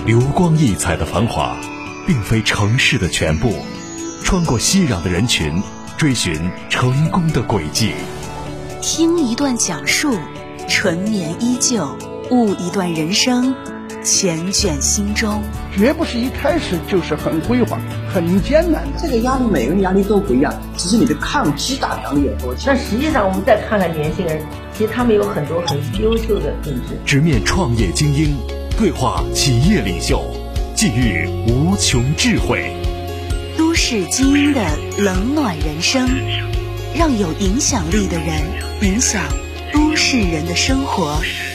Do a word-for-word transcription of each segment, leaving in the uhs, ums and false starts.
流光溢彩的繁华并非城市的全部，穿过熙攘的人群，追寻成功的轨迹。 听一段讲述，纯棉依旧；悟一段人生，缱绻心中。 绝不是一开始就是很辉煌、很艰难的。 这个压力，每个人压力都不一样，只是你的抗击打能力有多强。 那实际上，我们再看看年轻人，其实他们有很多很优秀的品质。 直面创业精英，对话企业领袖，寄予无穷智慧。 都市精英的冷暖人生，让有影响力的人影响都市人的生活。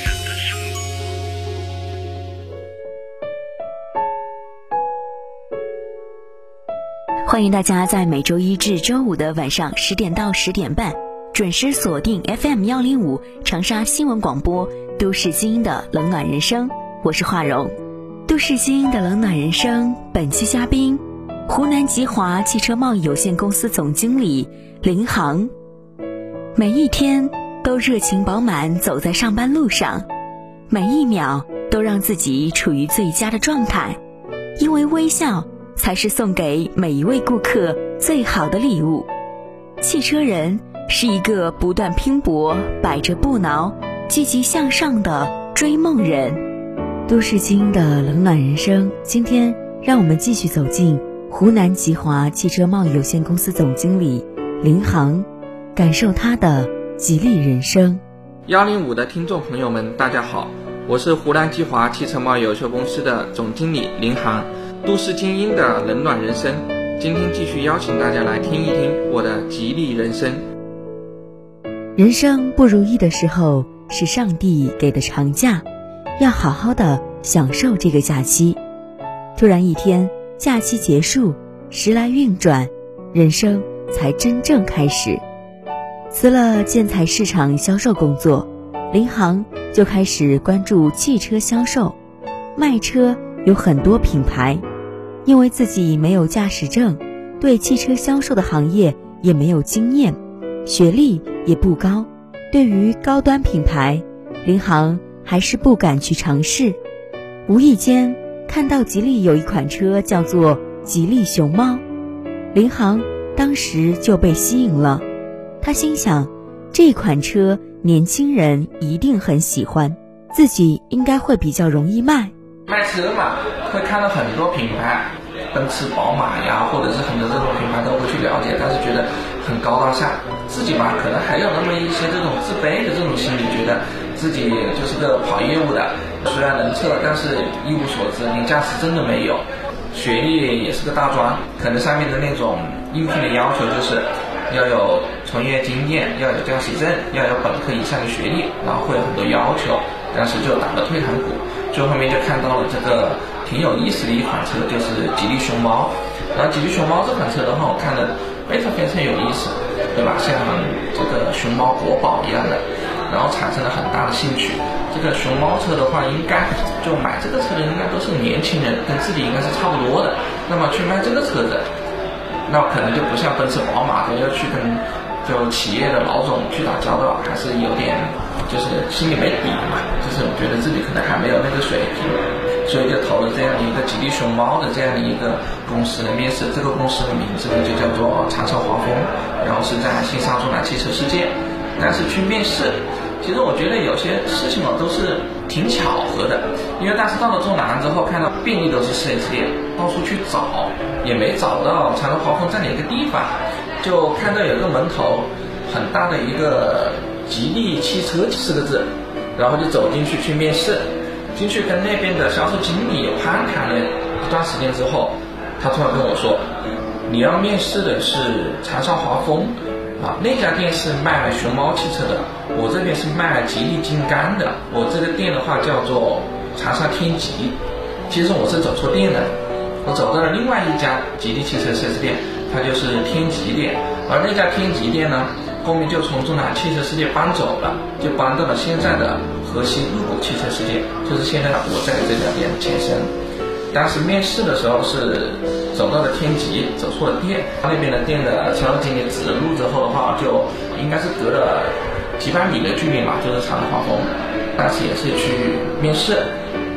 欢迎大家在每周一至周五的晚上十点到十点半准时锁定 F M 幺零五长沙新闻广播都市精英的冷暖人生，我是华荣。都市精英的冷暖人生本期嘉宾湖南吉华汽车贸易有限公司总经理林航。每一天都热情饱满走在上班路上，每一秒都让自己处于最佳的状态，因为微笑才是送给每一位顾客最好的礼物。汽车人是一个不断拼搏、百折不挠、积极向上的追梦人。都市精英的冷暖人生，今天让我们继续走进湖南吉华汽车贸易有限公司总经理林航，感受他的吉利人生。 幺零五的听众朋友们，大家好，我是湖南吉华汽车贸易有限公司的总经理林航。都市精英的冷暖人生，今天继续邀请大家来听一听我的吉利人生。 人生不如意的时候是上帝给的长假，要好好的享受这个假期。突然一天，假期结束，时来运转，人生才真正开始。辞了建材市场销售工作，林航就开始关注汽车销售。卖车有很多品牌，因为自己没有驾驶证，对汽车销售的行业也没有经验，学历也不高，对于高端品牌，林航还是不敢去尝试。无意间看到吉利有一款车叫做吉利熊猫，林航当时就被吸引了。他心想，这款车年轻人一定很喜欢，自己应该会比较容易卖。 卖车嘛，会看到很多品牌，奔驰、宝马呀，或者是很多这种品牌都会去了解，但是觉得很高大上，自己吧可能还有那么一些这种自卑的这种心理，觉得自己就是个跑业务的，虽然能测，但是一无所知，连驾驶证都没有，学历也是个大专，可能上面的那种应聘的要求就是要有从业经验，要有驾驶证，要有本科以上的学历，然后会有很多要求，当时就打了退堂鼓。最后面就看到了这个挺有意思的一款车，就是吉利熊猫。然后吉利熊猫这款车的话，我看的非常非常有意思，对吧？像这个熊猫国宝一样的，然后产生了很大的兴趣。这个熊猫车的话，应该就买这个车的应该都是年轻人，跟自己应该是差不多的。那么去卖这个车子，那可能就不像奔驰、宝马的要去跟就企业的老总去打交道，还是有点就是心里没底嘛，就是我觉得自己可能还没有那个水平，所以就投了这样的一个吉利熊猫的这样的一个公司面试。这个公司的名字呢就叫做长城华丰，然后是在新沙中南汽车世界。但是去面试，其实我觉得有些事情哦都是挺巧合的，因为当时到了中南之后，看到遍地都是 四 S 店，到处去找也没找到长城华丰这样的一个地方，就看到有一个门头很大的一个吉利汽车四个字，然后就走进去去面试。进去跟那边的销售经理攀谈了一段时间之后，他突然跟我说，你要面试的是长沙华丰啊，那家店是卖熊猫汽车的，我这边是卖吉利金刚的，我这个店的话叫做长沙天吉。其实我是走错店了，我走到了另外一家吉利汽车 四 S 店，它就是天吉店。而那家天吉店呢，后面就从中南汽车世界搬走了，就搬到了现在的河西入股汽车世界，就是现在我在这家店的前身。当时面试的时候是走到了天吉，走错了店，那边的店的销售经理指路之后的话，就应该是隔了几百米的距离嘛，就是长城华丰。当时也是去面试，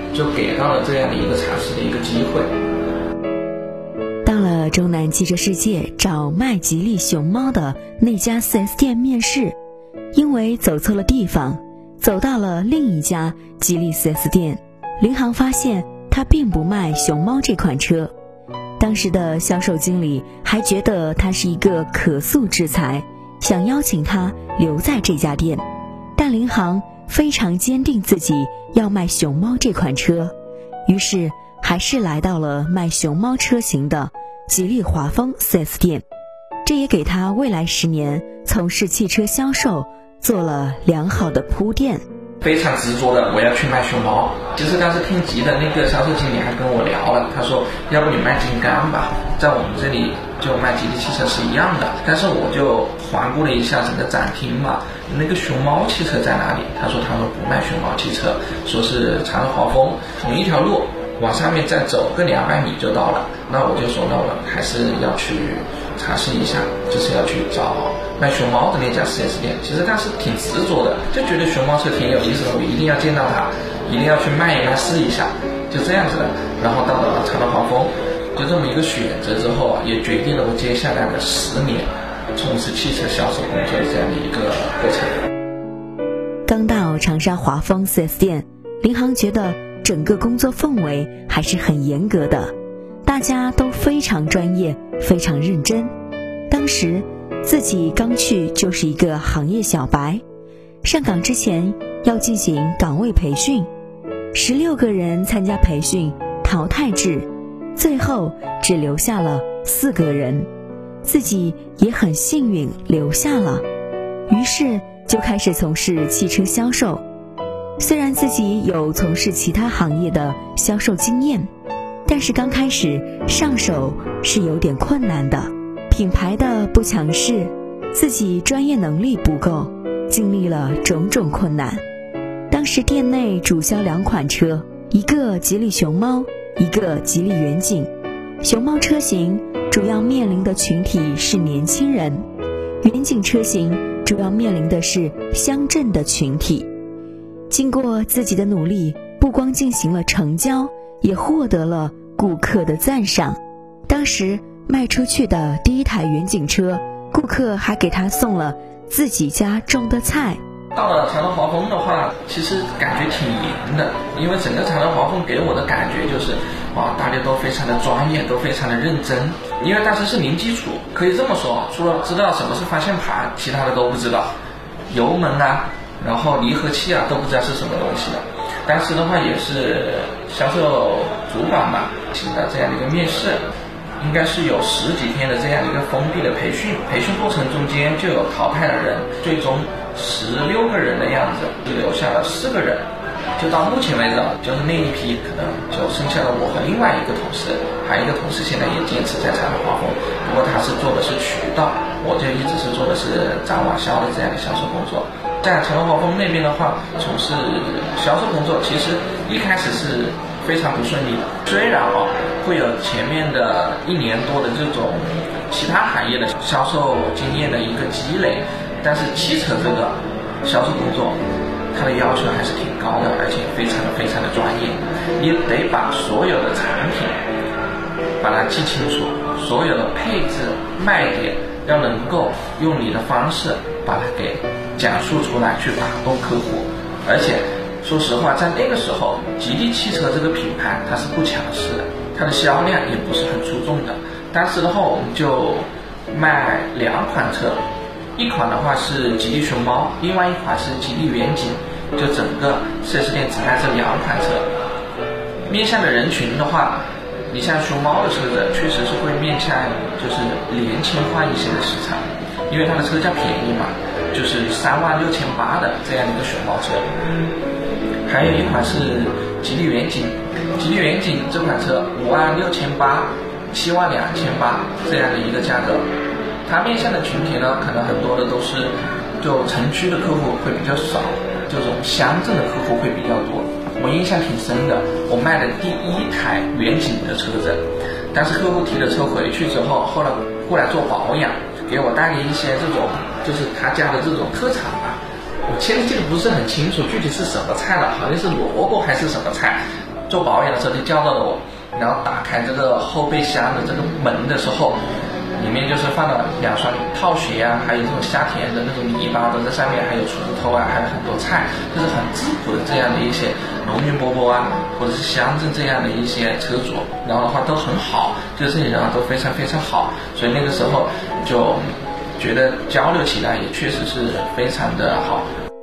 就给到了这样的一个尝试的一个机会。 到了中南汽车世界找卖吉利熊猫的那家 四 S 店面试，因为走错了地方，走到了另一家吉利 四 S 店，林航发现他并不卖熊猫这款车。当时的销售经理还觉得他是一个可塑之才，想邀请他留在这家店，但林航非常坚定自己要卖熊猫这款车，于是还是来到了卖熊猫车型的吉利华丰 四 S 店，这也给他未来十年从事汽车销售做了良好的铺垫。 非常执着的我要去卖熊猫。其实当时天吉的那个销售经理还跟我聊了，他说要不你卖金刚吧，在我们这里就卖吉利汽车是一样的。但是我就环顾了一下整个展厅嘛，那个熊猫汽车在哪里？他说他们不卖熊猫汽车，说是长乐华丰同一条路往上面再走个两百米就到了。那我就说那我还是要去尝试一下，就是要去找卖熊猫的那家 四 S 店。其实当时挺执着的，就觉得熊猫车挺有意思的，我一定要见到它，一定要去卖一卖试一下，就这样子的。然后到了长乐华丰，就这么一个选择之后啊，也决定了我接下来的十年从事汽车销售工作的这样的一个过程。 刚到长沙华丰 四 S 店，林航觉得整个工作氛围还是很严格的，大家都非常专业，非常认真。当时自己刚去就是一个行业小白，上岗之前要进行岗位培训，十六个人参加培训，淘汰制，最后只留下了四个人，自己也很幸运留下了，于是就开始从事汽车销售。虽然自己有从事其他行业的销售经验，但是刚开始上手是有点困难的，品牌的不强势，自己专业能力不够，经历了种种困难。当时店内主销两款车，一个吉利熊猫，一个吉利远景。熊猫车型主要面临的群体是年轻人，远景车型主要面临的是乡镇的群体。经过自己的努力，不光进行了成交，也获得了顾客的赞赏。当时卖出去的第一台远景车，顾客还给他送了自己家种的菜。 到了长乐华丰的话，其实感觉挺严的，因为整个长乐华丰给我的感觉就是哇，大家都非常的专业，都非常的认真。因为当时是零基础，可以这么说，除了知道什么是方向盘，其他的都不知道，油门啊，然后离合器啊都不知道是什么东西的。当时的话也是销售主管吧请的这样的一个面试，应该是有十几天的这样一个封闭的培训，培训过程中间就有淘汰的人，最终十六个人的样子，就留下了四个人。就到目前为止，就是那一批可能就剩下了我和另外一个同事，还有一个同事现在也坚持在长乐华丰，不过他是做的是渠道，我就一直是做的是展网销的这样的销售工作。在长乐华丰那边的话，从事销售工作，其实一开始是非常不顺利的。虽然啊会有前面的一年多的这种其他行业的销售经验的一个积累，但是汽车这个销售工作，它的要求还是挺高的，而且非常的非常的专业。你得把所有的产品把它记清楚，所有的配置卖点要能够用你的方式把它给讲述出来，去打动客户。而且说实话，在那个时候，吉利汽车这个品牌它是不强势的，它的销量也不是很出众的。当时的话，我们就卖两款车，一款的话是吉利熊猫，另外一款是吉利远景。就整个四 S 店只卖这两款车。面向的人群的话，你像熊猫的车子确实是会面向就是年轻化一些的市场，因为它的车价便宜嘛，就是三万六千八的这样一个熊猫车。还有一款是吉利远景，吉利远景这款车五万六千八、七万两千八这样的一个价格。它面向的群体呢，可能很多的都是就城区的客户会比较少，这种乡镇的客户会比较多。我印象挺深的，我卖的第一台远景的车子，但是客户提了车回去之后，后来过来做保养，给我带了一些这种就是他家的这种特产吧，我现在记得不是很清楚具体是什么菜了，好像是萝卜还是什么菜， 做保养的时候就叫到了我，然后打开这个后备箱的这个门的时候，里面就是放了两双套鞋啊，还有这种夏天的那种泥巴都在上面，还有锄头啊，还有很多菜，就是很质朴的这样的一些农民伯伯啊，或者是乡镇这样的一些车主，然后的话都很好，就是这些人啊都非常非常好，所以那个时候就觉得交流起来也确实是非常的好。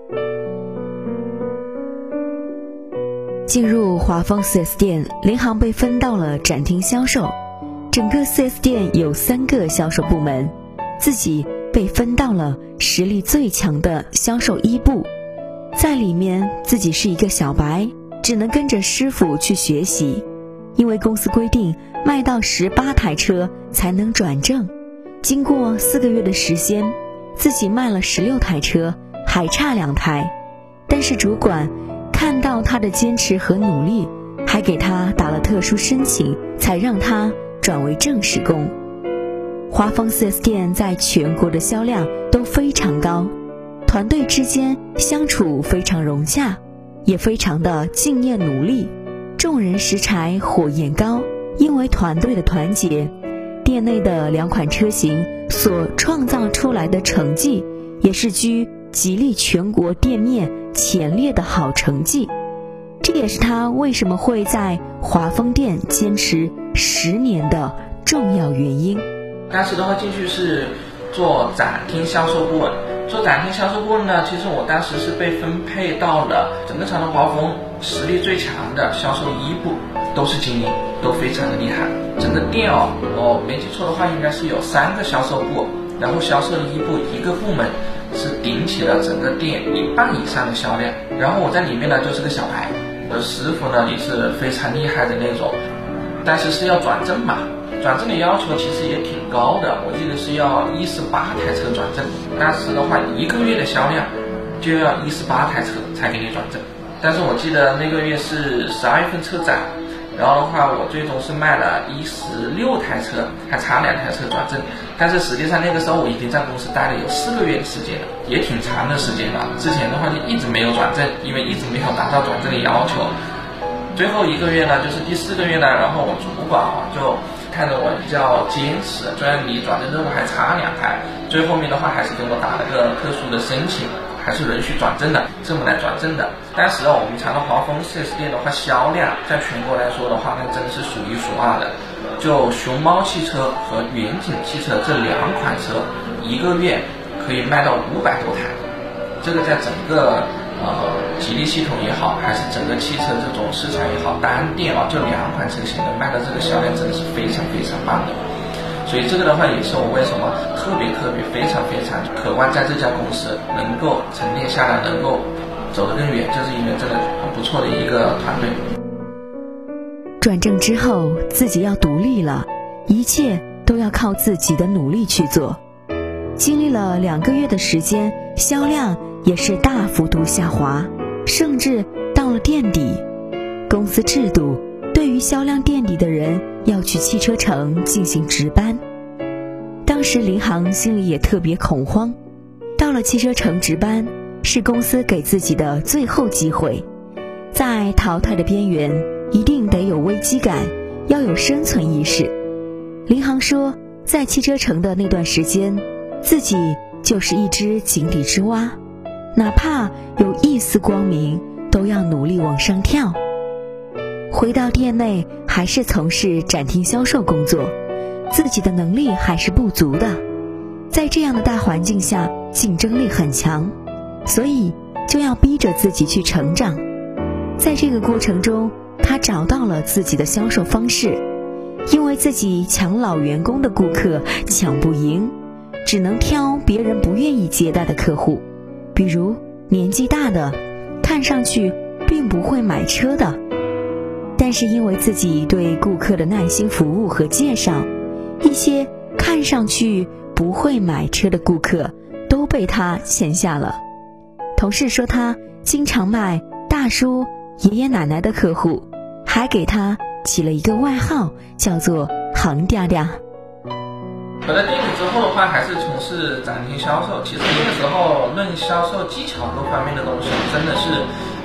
进入华丰 四 S 店，林航被分到了展厅销售。整个 四 S 店有三个销售部门，自己被分到了实力最强的销售一部。在里面自己是一个小白，只能跟着师傅去学习，因为公司规定卖到十八台车才能转正。经过四个月的时间，自己卖了十六台车，还差两台，但是主管看到他的坚持和努力，还给他打了特殊申请，才让他转为正式工。华丰 四 S 店在全国的销量都非常高，团队之间相处非常融洽，也非常的敬业努力，众人拾柴火焰高。因为团队的团结，店内的两款车型所创造出来的成绩也是居吉利全国店面前列的好成绩，这也是他为什么会在华丰店坚持十年的重要原因。 当时的话进去是做展厅销售顾问，做展厅销售顾问呢，其实我当时是被分配到了整个长隆华丰实力最强的销售一部，都是精英，都非常的厉害。整个店哦，我没记错的话应该是有三个销售部，然后销售一部一个部门是顶起了整个店一半以上的销量，然后我在里面呢就是个小白，我的师傅呢也是非常厉害的那种，但是是要转正嘛，转正的要求其实也挺高的，我记得是要一十八台车转正，当时的话一个月的销量就要一十八台车才给你转正，但是我记得那个月是十二月份车展，然后的话我最终是卖了一十六台车，还差两台车转正，但是实际上那个时候我已经在公司待了有四个月的时间了，也挺长的时间了。之前的话就一直没有转正，因为一直没有达到转正的要求。最后一个月呢，就是第四个月呢，然后我主管啊就看着我比较坚持，虽然离转正任务还差两台，最后面的话还是给我打了个特殊的申请，还是允许转正的，这么来转正的。当时啊，我们长隆华丰 四 S 店的话，销量在全国来说的话，那真的是数一数二的。就熊猫汽车和远景汽车这两款车，一个月可以卖到五百多台。这个在整个呃吉利系统也好，还是整个汽车这种市场也好，单店啊就两款车型能卖到这个销量，真的是非常非常棒的。所以这个的话也是我为什么特别特别非常非常渴望在这家公司能够沉淀下来，能够走得更远，就是因为真的很不错的一个团队。 转正之后自己要独立了，一切都要靠自己的努力去做。经历了两个月的时间，销量也是大幅度下滑，甚至到了垫底。公司制度对于销量垫底的人要去汽车城进行值班。当时林航心里也特别恐慌，到了汽车城值班是公司给自己的最后机会，在淘汰的边缘一定得有危机感，要有生存意识。林航说，在汽车城的那段时间，自己就是一只井底之蛙，哪怕有一丝光明，都要努力往上跳。回到店内还是从事展厅销售工作，自己的能力还是不足的。在这样的大环境下，竞争力很强，所以就要逼着自己去成长。在这个过程中，他找到了自己的销售方式，因为自己抢老员工的顾客抢不赢，只能挑别人不愿意接待的客户，比如年纪大的，看上去并不会买车的，但是因为自己对顾客的耐心服务和介绍，一些看上去不会买车的顾客都被他签下了。同事说他经常卖大叔爷爷奶奶的客户，还给他起了一个外号，叫做行嗲嗲。 回到店里之后的话，还是从事展厅销售。其实那个时候论销售技巧各方面的东西，真的是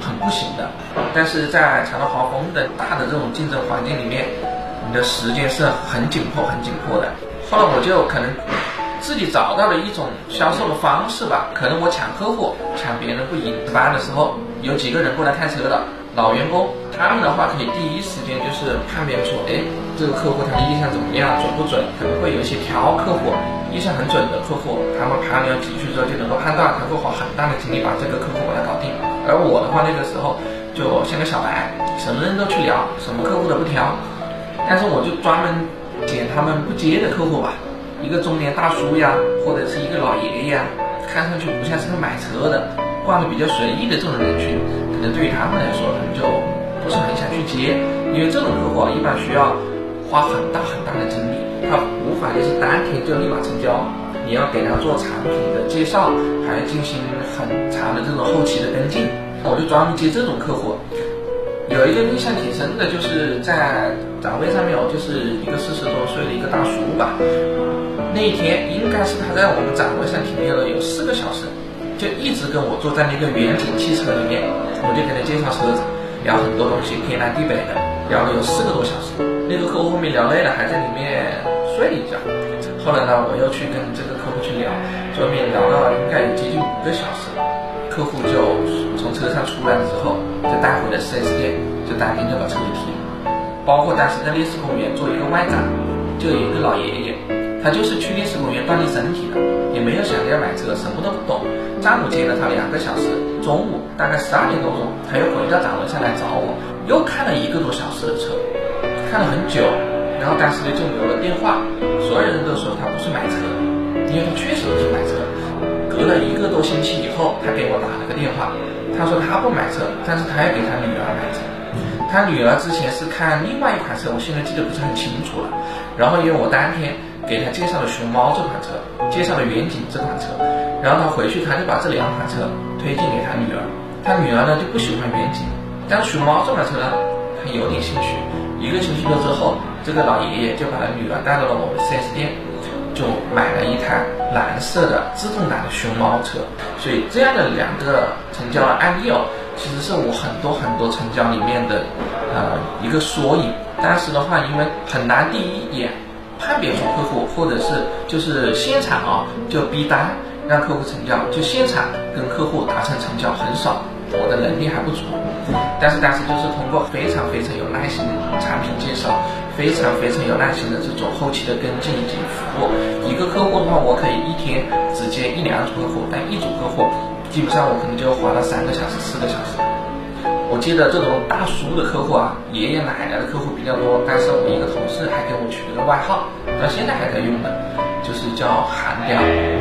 很不行的。但是在长乐华丰的大的这种竞争环境里面，你的时间是很紧迫很紧迫的。后来我就可能自己找到了一种销售的方式吧，可能我抢客户抢别人不赢。值班的时候有几个人过来看车的老员工，他们的话可以第一时间就是判别出，哎，这个客户他的意向怎么样，准不准，可能会有一些挑客户，意向很准的客户，他们盘了几句之后就能够判断，他会花很大的精力把这个客户把它搞定。而我的话那个时候就像个小白，什么人都去聊，什么客户都不挑，但是我就专门捡他们不接的客户吧，一个中年大叔呀，或者是一个老爷爷呀，看上去不像是个买车的，逛得比较随意的这种人群，可能对于他们来说，可能就不是很想去接，因为这种客户啊，一般需要花很大很大的精力，他无法就是当天就立马成交，你要给他做产品的介绍，还要进行很长的这种后期的跟进，我就专门接这种客户。有一个印象挺深的，就是在展位上面，我就是一个四十多岁的一个大叔吧。那一天应该是他在我们展位上停留了有四个小时，就一直跟我坐在那个远景汽车里面，我就给他介绍车子，聊很多东西，天南地北的，聊了有四个多小时。那个客户后面聊累了，还在里面睡了一觉。后来呢，我又去跟这个客户去聊，后面聊到应该有接近五个小时。客户就从车上出来了之后，就带回了 四 S 店，就当天就把车给提了。包括当时在烈士公园做一个外展，就有一个老爷爷，他就是去烈士公园锻炼身体的，也没有想着要买车，什么都不懂。上午接了他两个小时，中午大概十二点多钟，他又回到展位上来找我，又看了一个多小时的车，看了很久。然后当时就留了电话，所有人都说他不是买车的，因为他确实不是买车。隔了一个多星期以后，他给我打了个电话，他说他不买车，但是他要给他女儿买车。他女儿之前是看另外一款车，我现在记得不是很清楚了。然后因为我当天给他介绍了熊猫这款车，介绍了远景这款车，然后他回去他就把这两款车推荐给他女儿。他女儿呢就不喜欢远景，但是熊猫这款车呢他有点兴趣。一个星期多之后，这个老爷爷就把他女儿带到了我们 四 S 店，就买了一台蓝色的自动挡的熊猫车。所以这样的两个成交的案例哦，其实是我很多很多成交里面的呃一个缩影。当时的话，因为很难第一眼判别出客户，或者是就是现场啊就逼单让客户成交，就现场跟客户达成成交很少，我的能力还不足。但是当时就是通过非常非常有耐心的产品介绍，非常非常有耐心的这种后期的跟进以及服务。一个客户的话，我可以一天只接一两组客户，但一组客户基本上我可能就花了三个小时四个小时。我记得这种大叔的客户啊，爷爷奶奶的客户比较多，但是我一个同事还给我取了个外号，到现在还在用的，就是叫韩雕。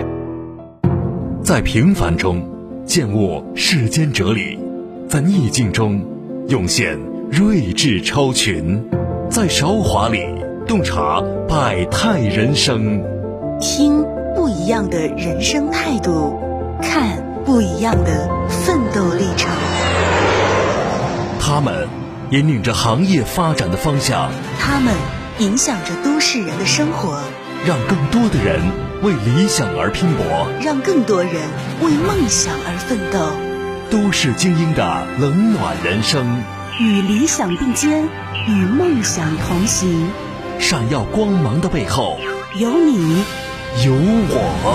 在平凡中见悟世间哲理，在逆境中涌现睿智超群，在韶华里洞察百态人生， 听不一样的人生态度，看不一样的奋斗历程。 他们引领着行业发展的方向， 他们影响着都市人的生活， 让更多的人为理想而拼搏， 让更多人为梦想而奋斗。 都市精英的冷暖人生， 与理想并肩，与梦想同行。 闪耀光芒的背后， 有你， 有我。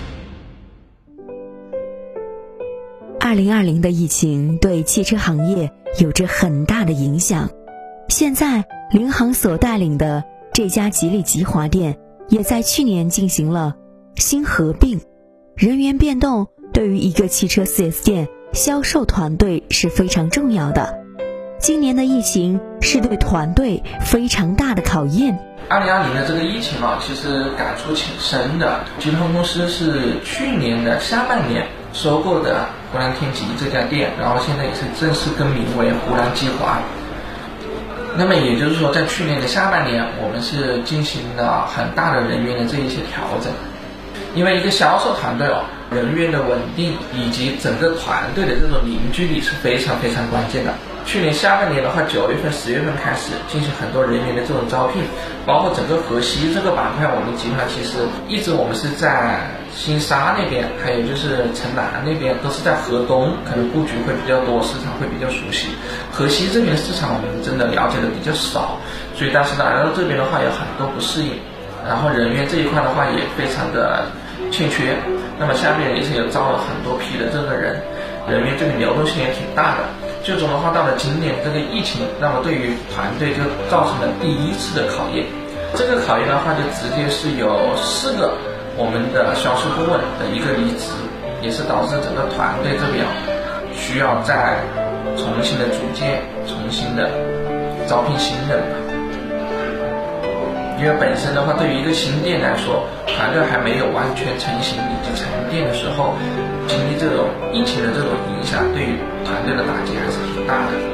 二零二零的疫情对汽车行业有着很大的影响。现在领航所带领的这家吉利吉华店也在去年进行了新合并。人员变动对于一个汽车 四 S 店销售团队是非常重要的。今年的疫情是对团队非常大的考验。 二零二零的这个疫情啊，其实感触挺深的。吉利公司是去年的下半年收购的湖南天极这家店，然后现在也是正式更名为湖南吉华。那么也就是说，在去年的下半年，我们是进行了很大的人员的这一些调整。因为一个销售团队哦，人员的稳定以及整个团队的这种凝聚力是非常非常关键的。 去年下半年的话，九月份、十月份开始进行很多人员的这种招聘，包括整个河西这个板块，我们集团其实一直我们是在新沙那边，还有就是城南那边，都是在河东，可能布局会比较多，市场会比较熟悉。河西这边的市场我们真的了解的比较少，所以当时来到这边的话有很多不适应，然后人员这一块的话也非常的欠缺。那么下面也是有招了很多批的这个人，人员这个流动性也挺大的。最终的话，到了今年这个疫情，那么对于团队就造成了第一次的考验。这个考验的话，就直接是有四个我们的销售顾问的一个离职，也是导致整个团队这边需要再重新的组建、重新的招聘新人。因为本身的话，对于一个新店来说，团队还没有完全成型以及沉淀的时候，经历这种疫情的这种影响，对于团队的打击还是挺大的。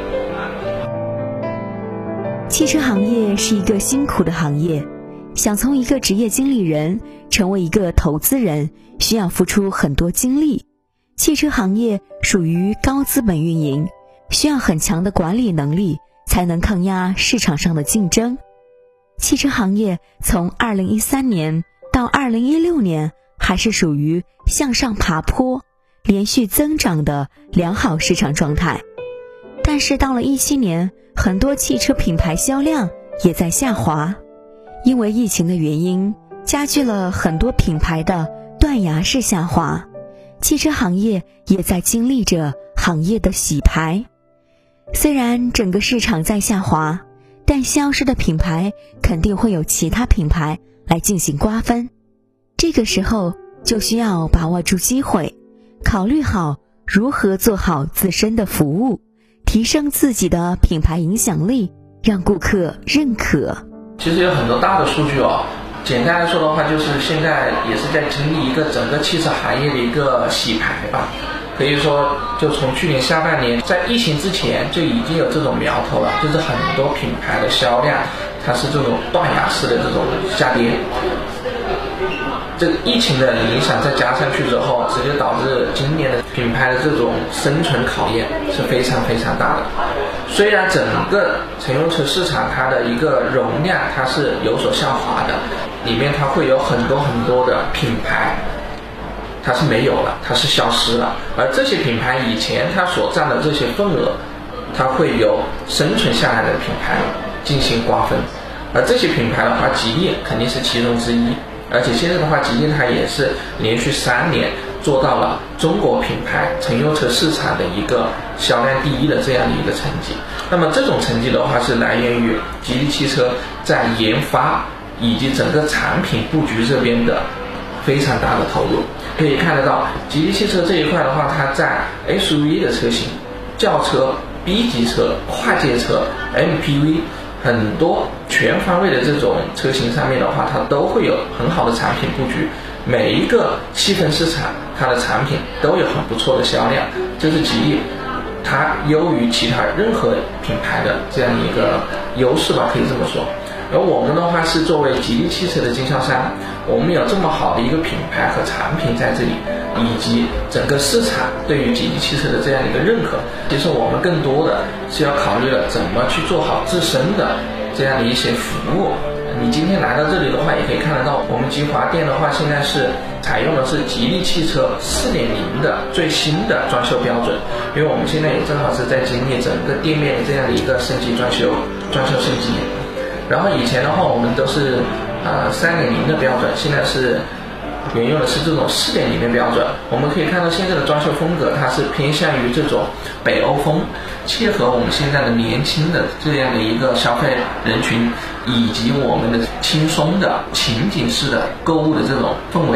汽车行业是一个辛苦的行业，想从一个职业经理人成为一个投资人，需要付出很多精力。汽车行业属于高资本运营，需要很强的管理能力，才能抗压市场上的竞争。汽车行业从二零一三年到二零一六年还是属于向上爬坡、连续增长的良好市场状态，但是到了一七年，很多汽车品牌销量也在下滑，因为疫情的原因，加剧了很多品牌的断崖式下滑。汽车行业也在经历着行业的洗牌。虽然整个市场在下滑，但消失的品牌肯定会有其他品牌来进行瓜分。这个时候就需要把握住机会，考虑好如何做好自身的服务，提升自己的品牌影响力，让顾客认可。 其实有很多大的数据哦，简单来说的话，就是现在也是在经历一个整个汽车行业的一个洗牌吧。可以说，就从去年下半年，在疫情之前就已经有这种苗头了，就是很多品牌的销量它是这种断崖式的这种下跌。这个疫情的影响再加上去之后，直接导致今年的品牌的这种生存考验是非常非常大的。虽然整个乘用车市场它的一个容量它是有所下滑的，里面它会有很多很多的品牌它是没有了，它是消失了，而这些品牌以前它所占的这些份额，它会有生存下来的品牌进行瓜分，而这些品牌的话，吉利肯定是其中之一。而且现在的话，吉利它也是连续三年做到了中国品牌乘用车市场的一个销量第一的这样的一个成绩。那么这种成绩的话，是来源于吉利汽车在研发以及整个产品布局这边的非常大的投入。可以看得到，吉利汽车这一块的话，它在 S U V 的车型、轿车、B 级车、跨界车、M P V 很多全方位的这种车型上面的话，它都会有很好的产品布局。每一个细分市场，它的产品都有很不错的销量，这是吉利它优于其他任何品牌的这样一个优势吧，可以这么说。而我们的话是作为吉利汽车的经销商，我们有这么好的一个品牌和产品在这里，以及整个市场对于吉利汽车的这样一个认可，其实我们更多的是要考虑了怎么去做好自身的这样的一些服务。你今天来到这里的话，也可以看得到，我们吉华店的话，现在是采用的是吉利汽车 四点零 的最新的装修标准，因为我们现在也正好是在经历整个店面的这样的一个升级装修、装修升级。然后以前的话，我们都是呃 三点零 的标准，现在是沿用的是这种 四点零 的标准。我们可以看到现在的装修风格，它是偏向于这种北欧风，切合我们现在的年轻的这样的一个消费人群，以及我们的轻松的情景式的购物的这种氛围。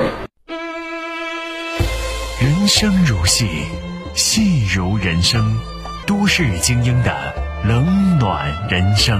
人生如戏，戏如人生，都市精英的冷暖人生。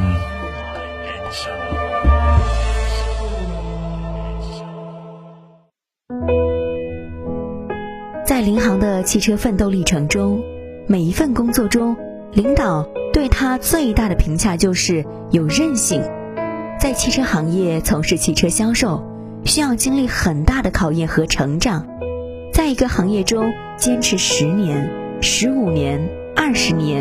在林航的汽车奋斗历程中，每一份工作中，领导对他最大的评价就是有韧性。在汽车行业从事汽车销售，需要经历很大的考验和成长。在一个行业中坚持十年、十五年、二十年，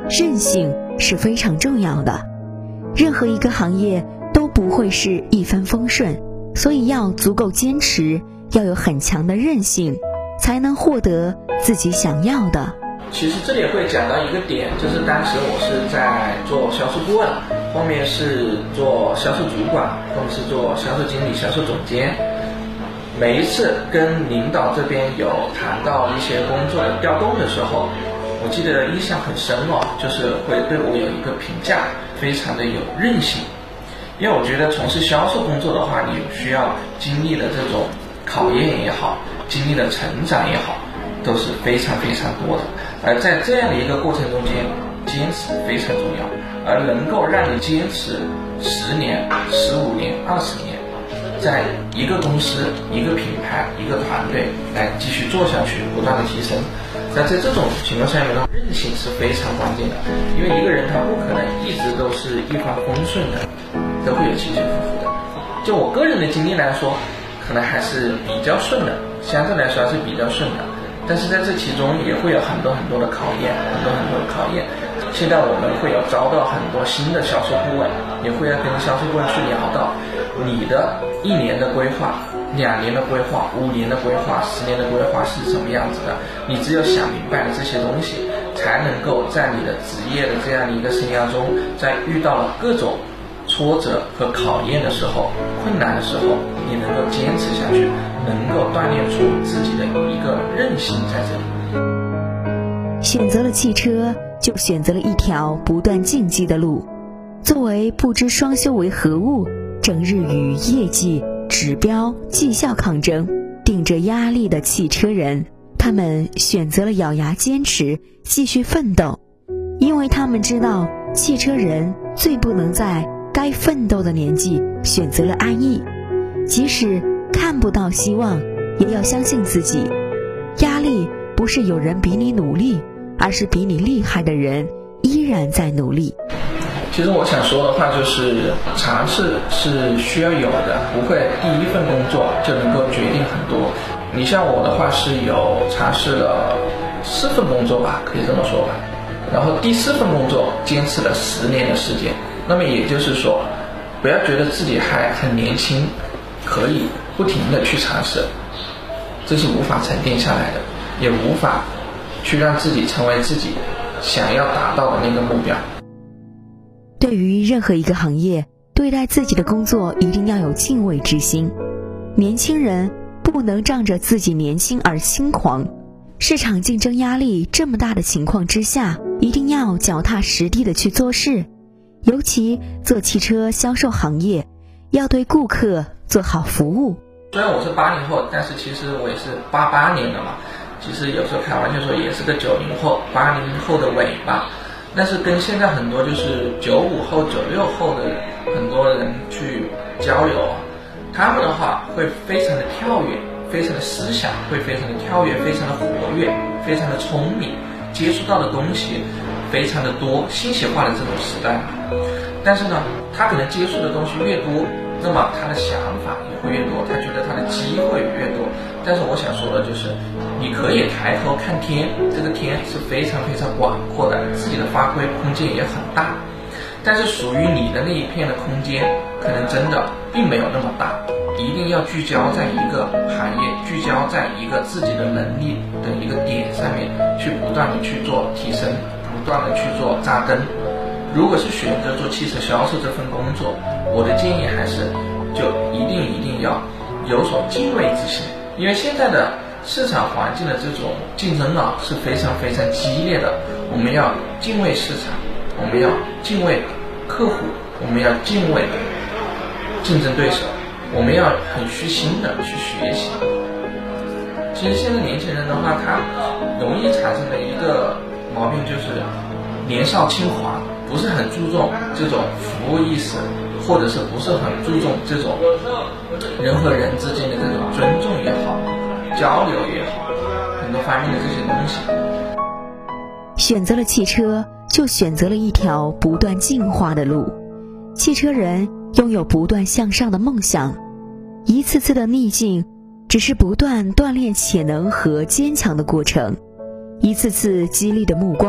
韧性是非常重要的。任何一个行业都不会是一帆风顺，所以要足够坚持，要有很强的韧性，才能获得自己想要的。 其实这里会讲到一个点，就是当时我是在做销售顾问，后面是做销售主管，后面是做销售经理、销售总监。每一次跟领导这边有谈到一些工作的调动的时候，我记得印象很深哦，就是会对我有一个评价，非常的有韧性。因为我觉得从事销售工作的话，你需要经历的这种考验也好，经历的成长也好，都是非常非常多的。而在这样的一个过程中间，坚持非常重要，而能够让你坚持十年、十五年、二十年，在一个公司、一个品牌、一个团队来继续做下去，不断的提升。那在这种情况下面呢，韧性是非常关键的，因为一个人他不可能一直都是一帆风顺的，都会有起起伏伏的。就我个人的经历来说，可能还是比较顺的，相对来说还是比较顺的。但是在这其中也会有很多很多的考验，很多很多的考验。现在我们会有招到很多新的销售顾问，也会要跟销售顾问去聊到你的一年的规划、两年的规划、五年的规划、十年的规划是什么样子的。你只有想明白了这些东西，才能够在你的职业的这样的一个生涯中，在遇到了各种挫折和考验的时候、困难的时候，你能够坚持下去，能够锻炼出自己的一个韧性在这里。 选择了汽车，就选择了一条不断竞技的路。作为不知双修为何物，整日与业绩、指标、绩效抗争，顶着压力的汽车人，他们选择了咬牙坚持，继续奋斗，因为他们知道，汽车人最不能在该奋斗的年纪选择了安逸，即使看不到希望，也要相信自己。压力不是有人比你努力，而是比你厉害的人依然在努力。 其实我想说的话就是，尝试是需要有的，不会第一份工作就能够决定很多。你像我的话是有尝试了四份工作吧，可以这么说吧。然后第四份工作坚持了十年的时间。那么也就是说，不要觉得自己还很年轻，可以不停的去尝试，这是无法沉淀下来的，也无法去让自己成为自己想要达到的那个目标。 对于任何一个行业，对待自己的工作一定要有敬畏之心。年轻人不能仗着自己年轻而轻狂，市场竞争压力这么大的情况之下，一定要脚踏实地的去做事。尤其做汽车销售行业，要对顾客做好服务。 虽然我是八零后，但是其实我也是八八年的嘛，其实有时候开玩笑说也是个九零后，八零后的尾巴。但是跟现在很多就是九五后、九六后的很多人去交流啊，他们的话会非常的跳跃，非常的思想会非常的跳跃，非常的活跃，非常的聪明，接触到的东西非常的多，信息化的这种时代。但是呢，他可能接触的东西越多，那么他的想法也会越多，他觉得他的机会越多。但是我想说的就是，你可以抬头看天，这个天是非常非常广阔的，自己的发挥空间也很大。但是属于你的那一片的空间，可能真的并没有那么大。一定要聚焦在一个行业，聚焦在一个自己的能力的一个点上面，去不断的去做提升，不断的去做扎根。如果是选择做汽车销售这份工作，我的建议还是就一定一定要有所敬畏之心，因为现在的市场环境的这种竞争啊是非常非常激烈的，我们要敬畏市场，我们要敬畏客户，我们要敬畏竞争对手，我们要很虚心的去学习。其实现在年轻人的话，他容易产生的一个毛病就是年少轻狂，不是很注重这种服务意识，或者是不是很注重这种人和人之间的这种尊重也好，交流也好，很多方面的这些东西。 选择了汽车，就选择了一条不断进化的路。汽车人拥有不断向上的梦想，一次次的逆境只是不断锻炼潜能和坚强的过程，一次次激励的目光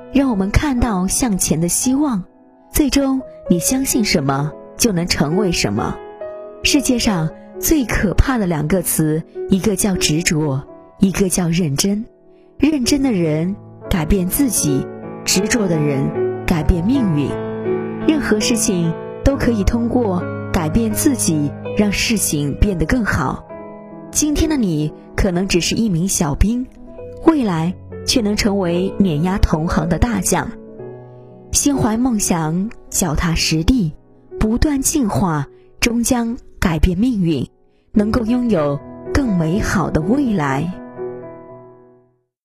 让我们看到向前的希望。最终你相信什么就能成为什么。世界上最可怕的两个词，一个叫执着，一个叫认真。认真的人改变自己，执着的人改变命运。任何事情都可以通过改变自己让事情变得更好。今天的你可能只是一名小兵，未来却能成为碾压同行的大将。心怀梦想，脚踏实地，不断进化，终将改变命运，能够拥有更美好的未来。